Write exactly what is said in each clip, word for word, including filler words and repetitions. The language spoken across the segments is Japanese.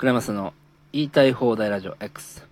クラマスの言いたい放題ラジオ X。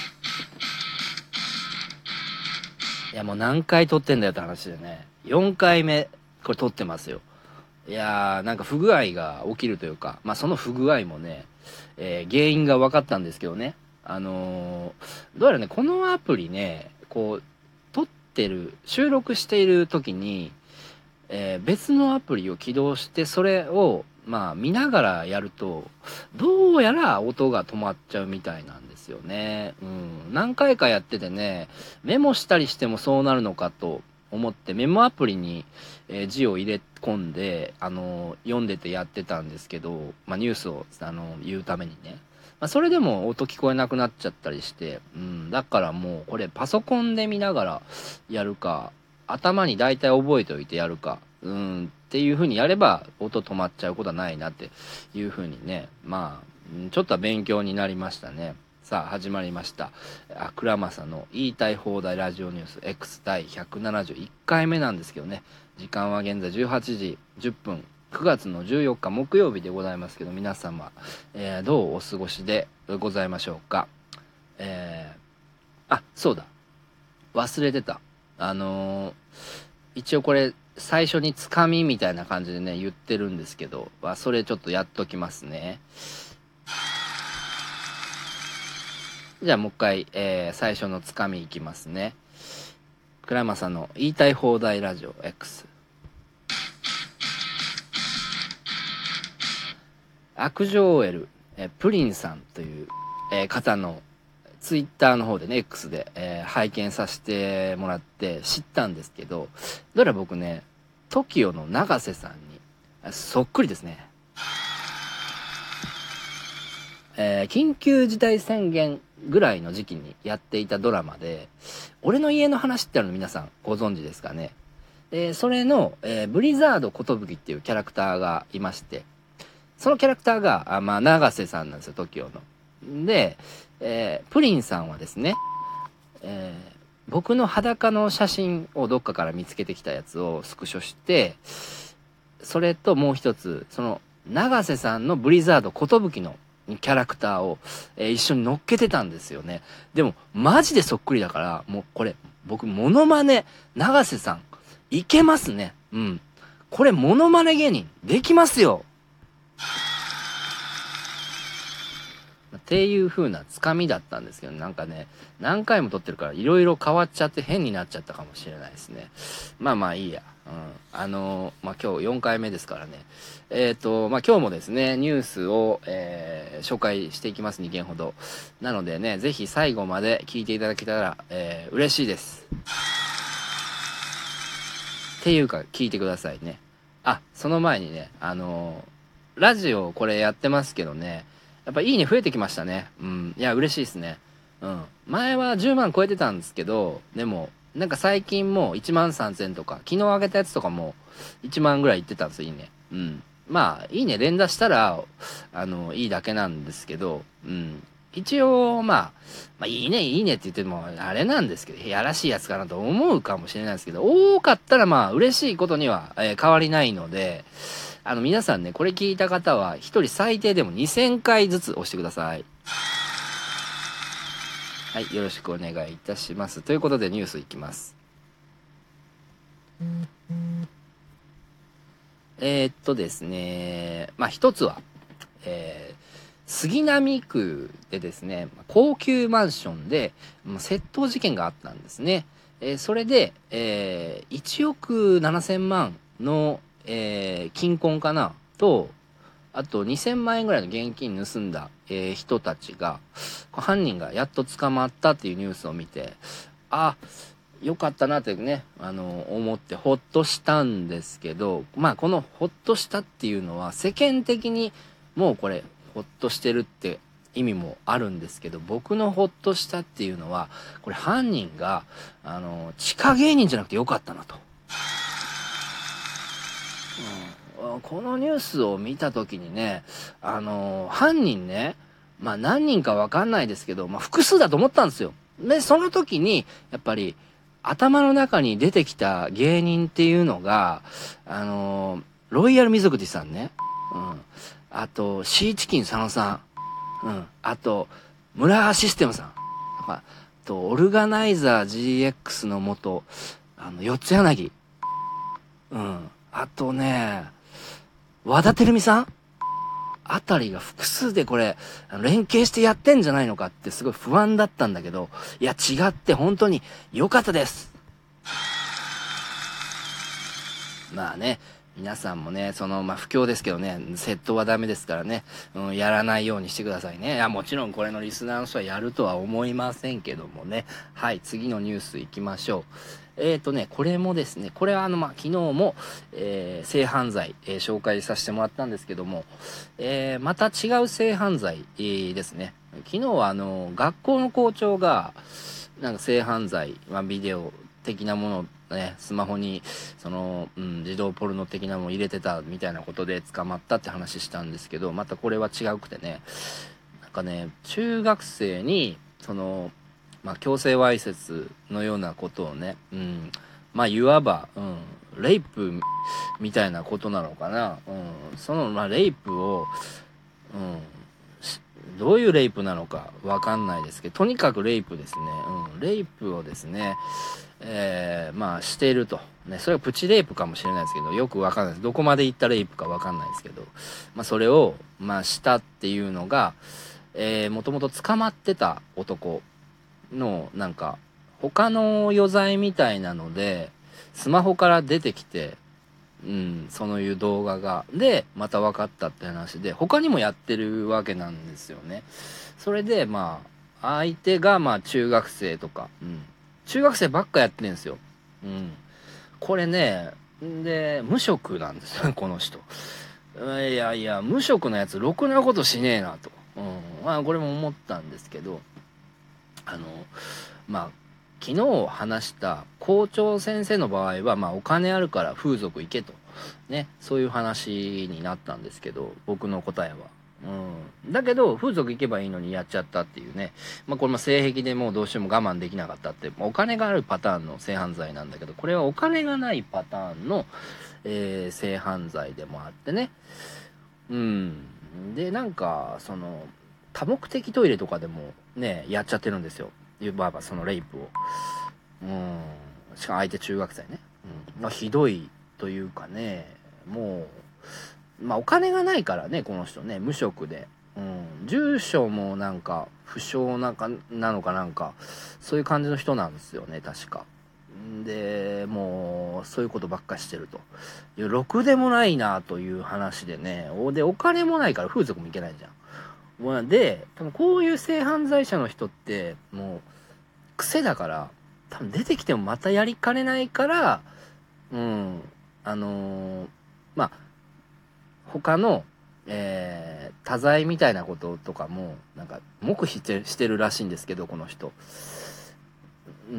いやもう何回撮ってんだよって話でね、よんかいめこれ撮ってますよ。いやーなんか不具合が起きるというか、まあその不具合もね、えー、原因が分かったんですけどね、あのー、どうやらねこのアプリね、こう撮ってる収録している時に、えー、別のアプリを起動してそれをまあ見ながらやるとどうやら音が止まっちゃうみたいなんですよね。うん、何回かやっててね、メモしたりしてもそうなるのかと思ってメモアプリに、えー字を入れ込んで、あのー読んでてやってたんですけど、まあ、ニュースを、あのー言うためにね、まあ、それでも音聞こえなくなっちゃったりして、うん、だからもうこれパソコンで見ながらやるか、頭に大体覚えておいてやるか、うんっていう風にやれば音止まっちゃうことはないなっていう風にね、まあちょっとは勉強になりましたね。さあ始まりました、あ倉正の言いたい放題ラジオニュース X 第ひゃくななじゅういっかいめなんですけどね、時間は現在じゅうはちじじゅっぷん、くがつのじゅうよっか木曜日でございますけど、皆様、えー、どうお過ごしでございましょうか。えー、あそうだ、忘れてた。あのー、一応これ最初につかみみたいな感じでね言ってるんですけど、まあ、それちょっとやっときますね。じゃあもう一回、えー、最初のつかみいきますね。倉山さんの言いたい放題ラジオ X。 悪女 オーエル、えー、プリンさんという、えー、方のツイッターの方でね X で、えー、拝見させてもらって知ったんですけど、どうやら僕ね トキオ の永瀬さんにそっくりですね。えー、緊急事態宣言ぐらいの時期にやっていたドラマで「俺の家の話」ってあるの皆さんご存知ですかね。でそれの、えー、ブリザード寿っていうキャラクターがいまして、そのキャラクターがあ、まあ、永瀬さんなんですよ トキオ の。で、えー、プリンさんはですね、えー、僕の裸の写真をどっかから見つけてきたやつをスクショして、それともう一つその永瀬さんのブリザード寿のキャラクターを、えー、一緒に乗っけてたんですよね。でもマジでそっくりだから、もうこれ僕モノマネ永瀬さんいけますね。うん、これモノマネ芸人できますよっていう風なつかみだったんですけど、なんかね何回も撮ってるからいろいろ変わっちゃって変になっちゃったかもしれないですね。まあまあいいや。うん、あのー、まあ今日よんかいめですからね。えっ、ー、とまあ今日もですねニュースを、えー、紹介していきます。にけんほどなのでね、ぜひ最後まで聞いていただけたら、えー、嬉しいです。っていうか聞いてくださいね。あ、その前にね、あのー、ラジオこれやってますけどね、やっぱいいね増えてきましたね。うん。いや、嬉しいですね。うん。前はじゅうまん超えてたんですけど、でも、なんか最近もういちまんさんぜんとか、昨日上げたやつとかもいちまんぐらいいってたんですよ、いいね。うん。まあ、いいね連打したら、あの、いいだけなんですけど、うん。一応、まあ、まあ、いいね、いいねって言っても、あれなんですけど、やらしいやつかなと思うかもしれないですけど、多かったらまあ、嬉しいことには、えー変わりないので、あの、皆さんね、これ聞いた方は、一人最低でもにせんかいずつ押してください。はい、よろしくお願いいたします。ということで、ニュースいきます。えー、っとですね、まあ、一つは、えー、杉並区でですね、高級マンションで窃盗事件があったんですね。えーそれで、えーいちおくななせんまんの、えー金婚かなと、あとにせんまん円ぐらいの現金盗んだ、えー人たちが、犯人がやっと捕まったっていうニュースを見て、あ、よかったなってね、あの、思ってほっとしたんですけど、まあこのほっとしたっていうのは世間的にもうこれほっとしてるって意味もあるんですけど、僕のほっとしたっていうのは、これ犯人が、あの、地下芸人じゃなくてよかったなと。うん、このニュースを見た時にね、あの、犯人ね、まあ何人かわかんないですけど、まあ複数だと思ったんですよ。で、その時に、やっぱり、頭の中に出てきた芸人っていうのが、あの、ロイヤル溝口さんね。うん。あと、シーチキン佐野さん。 うん。あと、村川システムさん。あと、オルガナイザー ジーエックス の元、あの、四柳。うん。あとね、和田照美さんあたりが複数でこれ、連携してやってんじゃないのかってすごい不安だったんだけど、いや違って本当に良かったです。まあね、皆さんもね、その、まあ不況ですけどね、窃盗はダメですからね、うん、やらないようにしてくださいね。いや、もちろんこれのリスナーの人はやるとは思いませんけどもね。はい、次のニュース行きましょう。えーとね、これもですね、これはあの、まあ、昨日も、えー、性犯罪、えー、紹介させてもらったんですけども、えー、また違う性犯罪、えー、ですね。昨日はあの、学校の校長が、なんか性犯罪、まあ、ビデオ的なものをね、スマホに、その、うん、児童ポルノ的なものを入れてたみたいなことで捕まったって話したんですけど、またこれは違うくてね、なんかね、中学生に、その、まあ、強制わいせつのようなことをね、うん、まあ、いわば、うん、レイプみたいなことなのかな、うん、その、まあ、レイプを、うん、どういうレイプなのかわかんないですけど、とにかくレイプですね、うん、レイプをですね、えー、まあ、していると。ね、それはプチレイプかもしれないですけど、よくわかんないです。どこまで行ったレイプかわかんないですけど、まあ、それを、まあ、したっていうのが、えー、もともと捕まってた男の、なんか、他の余罪みたいなので、スマホから出てきて、うん、そういう動画が、で、また分かったって話で、他にもやってるわけなんですよね。それで、まあ、相手が、まあ、中学生とか、うん。中学生ばっかやってるんですよ。うん。これね、で、無職なんですよ、この人。いやいや、無職のやつ、ろくなことしねえなと。うん。まあ、これも思ったんですけど、あの、まあ、昨日話した校長先生の場合は、まあ、お金あるから風俗行けと。ね、そういう話になったんですけど、僕の答えは。うん。だけど、風俗行けばいいのにやっちゃったっていうね。まあ、これも性癖でもうどうしても我慢できなかったって、お金があるパターンの性犯罪なんだけど、これはお金がないパターンの、えー、性犯罪でもあってね。うん。で、なんか、その、多目的トイレとかでもね、やっちゃってるんですよ。いわばそのレイプを。うん。しかも相手中学生ね。うん。まあ、ひどいというかね、もう、まあお金がないからね、この人ね、無職で。うん。住所もなんか、不詳なんか、なのかなんか、そういう感じの人なんですよね、確か。で、もう、そういうことばっかしてると。いや、ろくでもないなという話でね。おで、お金もないから風俗も行けないじゃん。もうで、多分こういう性犯罪者の人って、もう、癖だから、多分出てきてもまたやりかねないから、うん、あのー、まあ、他の、えー、多罪みたいなこととかも、なんか、黙秘してしてるらしいんですけど、この人。うん。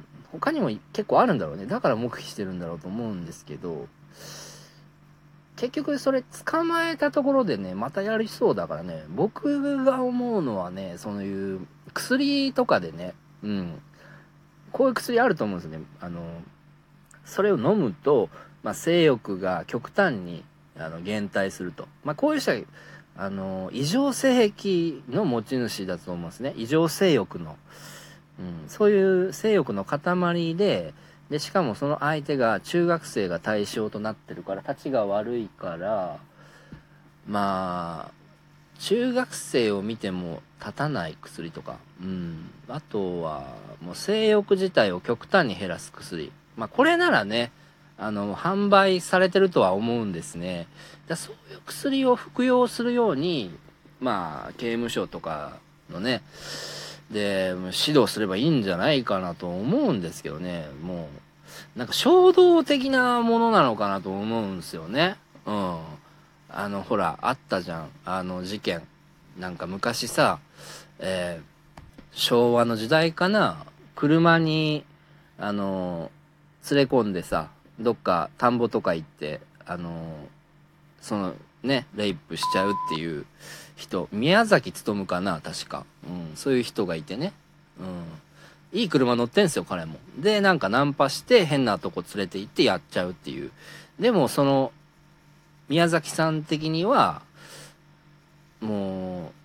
他にも結構あるんだろうね。だから黙秘してるんだろうと思うんですけど、結局それ捕まえたところでね、またやりそうだからね、僕が思うのはね、そういう薬とかでね、うん。こういう薬あると思うんですよね。あの、それを飲むと、まあ、性欲が極端にあの減退すると。まあ、こういう人は、あの、異常性癖の持ち主だと思うんですね。異常性欲の。うん、そういう性欲の塊で、で、しかもその相手が中学生が対象となってるから、立ちが悪いから、まあ、中学生を見ても立たない薬とか、うん。あとは、もう性欲自体を極端に減らす薬。まあ、これならね、あの、販売されてるとは思うんですね。だそういう薬を服用するように、まあ、刑務所とかのね、で、指導すればいいんじゃないかなと思うんですけどね、もう、なんか衝動的なものなのかなと思うんですよね。うん。あの、ほら、あったじゃん。あの事件。なんか昔さ、えー、昭和の時代かな。車に、あの、連れ込んでさ、どっか田んぼとか行って、あの、その、ね、レイプしちゃうっていう人、宮崎勤かな、確か。うん、そういう人がいてね。うん。いい車乗ってんすよ、彼も。で、なんかナンパして変なとこ連れて行ってやっちゃうっていう。でも、その、宮崎さん的には、もう、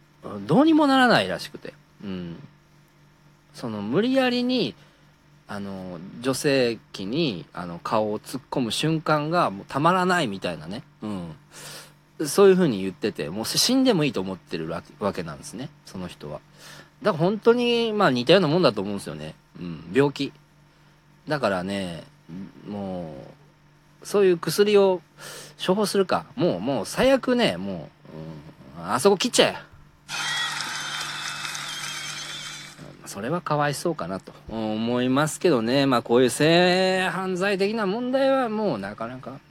どうにもならないらしくて、うん。その無理やりに、あの、女性器に、あの、顔を突っ込む瞬間がもうたまらないみたいなね。うん。そういう風に言ってて、もう死んでもいいと思ってるわけわけなんですね。その人は。だから本当に、まあ似たようなもんだと思うんですよね。うん。病気。だからね、もう、そういう薬を処方するか。もう、もう最悪ね、もう、うん、あそこ切っちゃえ。それはかわいそうかなと思いますけどね。まあこういう性犯罪的な問題はもうなかなか、うん、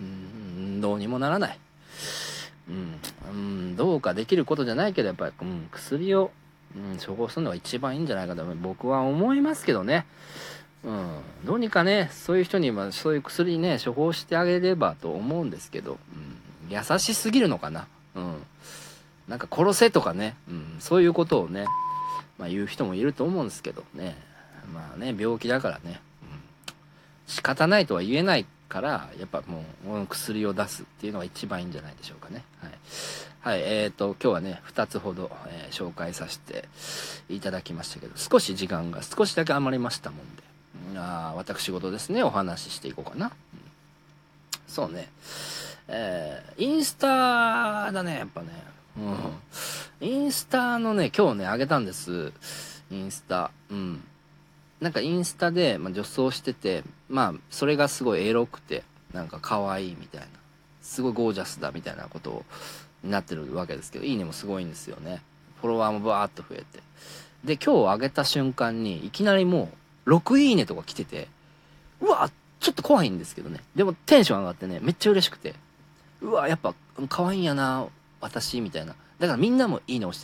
どうにもならない。うん、うん、どうかできることじゃないけど、やっぱり、うん、薬を、うん、処方するのが一番いいんじゃないかと僕は思いますけどね。うん、どうにかね、そういう人にはそういう薬ね、処方してあげればと思うんですけど、うん、優しすぎるのかな。うん。なんか殺せとかね、うん、そういうことをね、まあ言う人もいると思うんですけどね。まあね、病気だからね、うん、仕方ないとは言えないから、やっぱもう薬を出すっていうのが一番いいんじゃないでしょうかね。はい。はい、えーと、今日はね、二つほど、えー紹介させていただきましたけど、少し時間が少しだけ余りましたもんで、あ私事ですね、お話ししていこうかな。うん、そうね。えー、インスタだね、やっぱね。うん。インスタのね、今日ね、上げたんです。インスタ。うん。なんかインスタで、まあ、女装してて、まあ、それがすごいエロくて、なんか可愛いみたいな。すごいゴージャスだみたいなことを、になってるわけですけど、いいねもすごいんですよね。フォロワーもバーっと増えて。で、今日上げた瞬間に、いきなりもう、ろくいいねとか来てて、うわ、ちょっと怖いんですけどね。でもテンション上がってね、めっちゃ嬉しくて。うわ、やっぱ、可愛いんやな、私、みたいな。だからみんなもいいね押して